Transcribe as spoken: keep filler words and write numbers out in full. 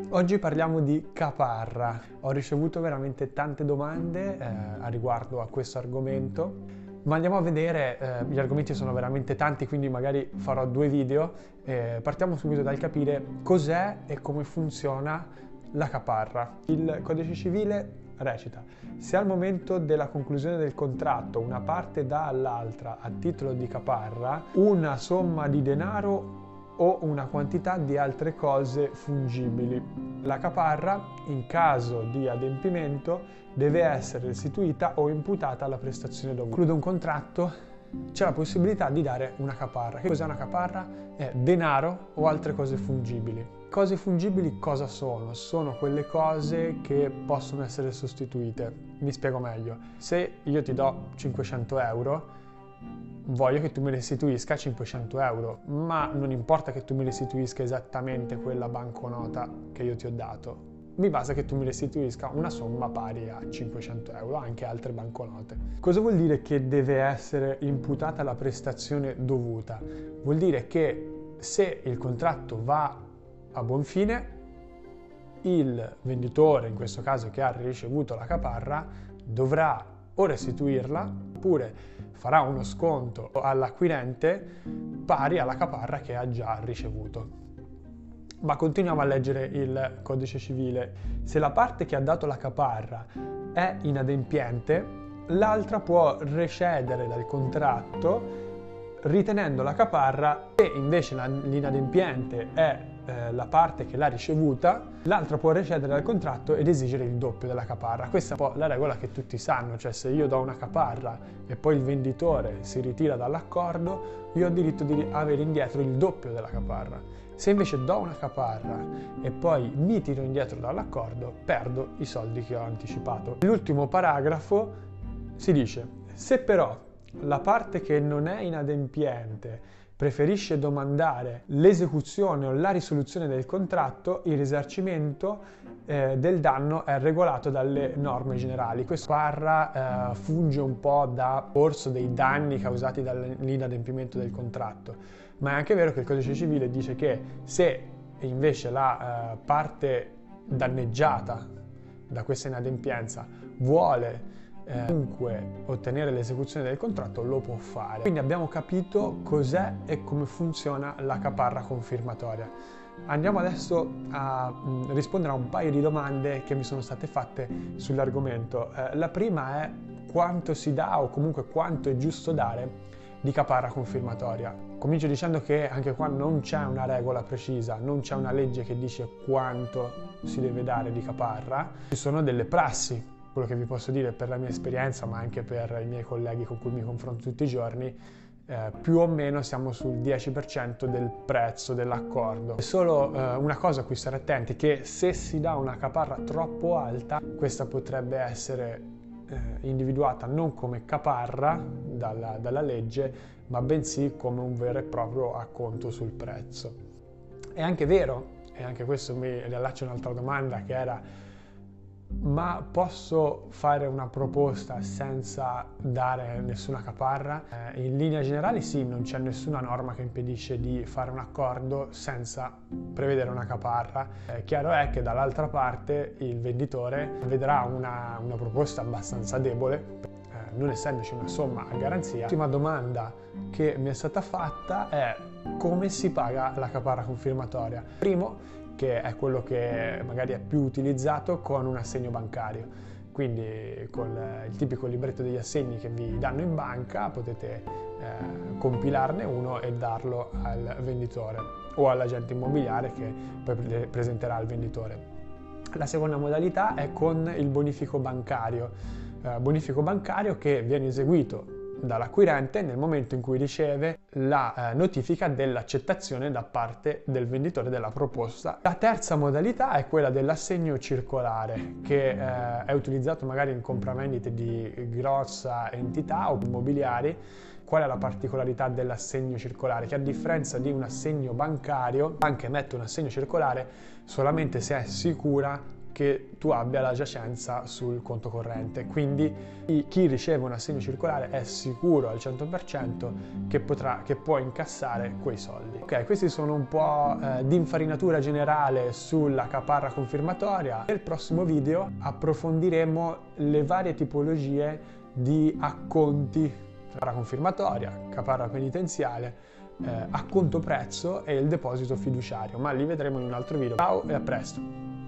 Oggi parliamo di caparra. Ho ricevuto veramente tante domande eh, a riguardo a questo argomento, ma andiamo a vedere, eh, gli argomenti sono veramente tanti, quindi magari farò due video. Eh, partiamo subito dal capire cos'è e come funziona la caparra. Il codice civile recita: se al momento della conclusione del contratto una parte dà all'altra a titolo di caparra una somma di denaro o una quantità di altre cose fungibili, la caparra, in caso di adempimento, deve essere restituita o imputata alla prestazione dovuta. Conclude un contratto, c'è la possibilità di dare una caparra. Che cos'è una caparra? È denaro o altre cose fungibili. Cose fungibili cosa sono? Sono quelle cose che possono essere sostituite. Mi spiego meglio. Se io ti do cinquecento euro, voglio che tu mi restituisca cinquecento euro, ma non importa che tu mi restituisca esattamente quella banconota che io ti ho dato. Mi basta che tu mi restituisca una somma pari a cinquecento euro, anche altre banconote. Cosa vuol dire che deve essere imputata la prestazione dovuta? Vuol dire che se il contratto va a buon fine, il venditore, in questo caso che ha ricevuto la caparra, dovrà o restituirla oppure farà uno sconto all'acquirente pari alla caparra che ha già ricevuto. Ma continuiamo a leggere il codice civile. Se la parte che ha dato la caparra è inadempiente, l'altra può recedere dal contratto ritenendo la caparra. Se invece l'inadempiente è eh, la parte che l'ha ricevuta, l'altra può recedere dal contratto ed esigere il doppio della caparra. Questa è un po' la regola che tutti sanno, cioè se io do una caparra e poi il venditore si ritira dall'accordo, io ho diritto di avere indietro il doppio della caparra. Se invece do una caparra e poi mi tiro indietro dall'accordo, perdo i soldi che ho anticipato. Nell'ultimo paragrafo si dice: se però la parte che non è inadempiente preferisce domandare l'esecuzione o la risoluzione del contratto, il risarcimento eh, del danno è regolato dalle norme generali. Questa caparra eh, funge un po' da corso dei danni causati dall'inadempimento del contratto, ma è anche vero che il codice civile dice che se invece la eh, parte danneggiata da questa inadempienza vuole comunque ottenere l'esecuzione del contratto, lo può fare. Quindi abbiamo capito cos'è e come funziona la caparra confirmatoria. Andiamo adesso a mh, rispondere a un paio di domande che mi sono state fatte sull'argomento. Eh, la prima è: quanto si dà o comunque quanto è giusto dare di caparra confirmatoria? Comincio dicendo che anche qua non c'è una regola precisa, non c'è una legge che dice quanto si deve dare di caparra. Ci sono delle prassi. Quello che vi posso dire per la mia esperienza, ma anche per i miei colleghi con cui mi confronto tutti i giorni, eh, più o meno siamo sul dieci per cento del prezzo dell'accordo. È solo eh, una cosa a cui stare attenti, che se si dà una caparra troppo alta, questa potrebbe essere eh, individuata non come caparra dalla, dalla legge, ma bensì come un vero e proprio acconto sul prezzo. È anche vero, e anche questo mi riallaccia a un'altra domanda che era: ma posso fare una proposta senza dare nessuna caparra? Eh, in linea generale sì, non c'è nessuna norma che impedisce di fare un accordo senza prevedere una caparra. Eh, chiaro è che dall'altra parte il venditore vedrà una, una proposta abbastanza debole, eh, non essendoci una somma a garanzia. L'ultima domanda che mi è stata fatta è: come si paga la caparra confirmatoria? Primo, che è quello che magari è più utilizzato, con un assegno bancario. Quindi con il tipico libretto degli assegni che vi danno in banca potete eh, compilarne uno e darlo al venditore o all'agente immobiliare che poi presenterà al venditore. La seconda modalità è con il bonifico bancario, eh, bonifico bancario che viene eseguito dall'acquirente nel momento in cui riceve la eh, notifica dell'accettazione da parte del venditore della proposta. La terza modalità è quella dell'assegno circolare, che eh, è utilizzato magari in compravendite di grossa entità o immobiliari. Qual è la particolarità dell'assegno circolare? Che a differenza di un assegno bancario, la banca emette un assegno circolare solamente se è sicura che tu abbia la giacenza sul conto corrente, quindi chi riceve un assegno circolare è sicuro al cento per cento che, potrà, che può incassare quei soldi. Ok, questi sono un po' eh, di infarinatura generale sulla caparra confermatoria. Nel prossimo video approfondiremo le varie tipologie di acconti, caparra confermatoria, caparra penitenziale, eh, acconto prezzo e il deposito fiduciario, ma li vedremo in un altro video. Ciao e a presto!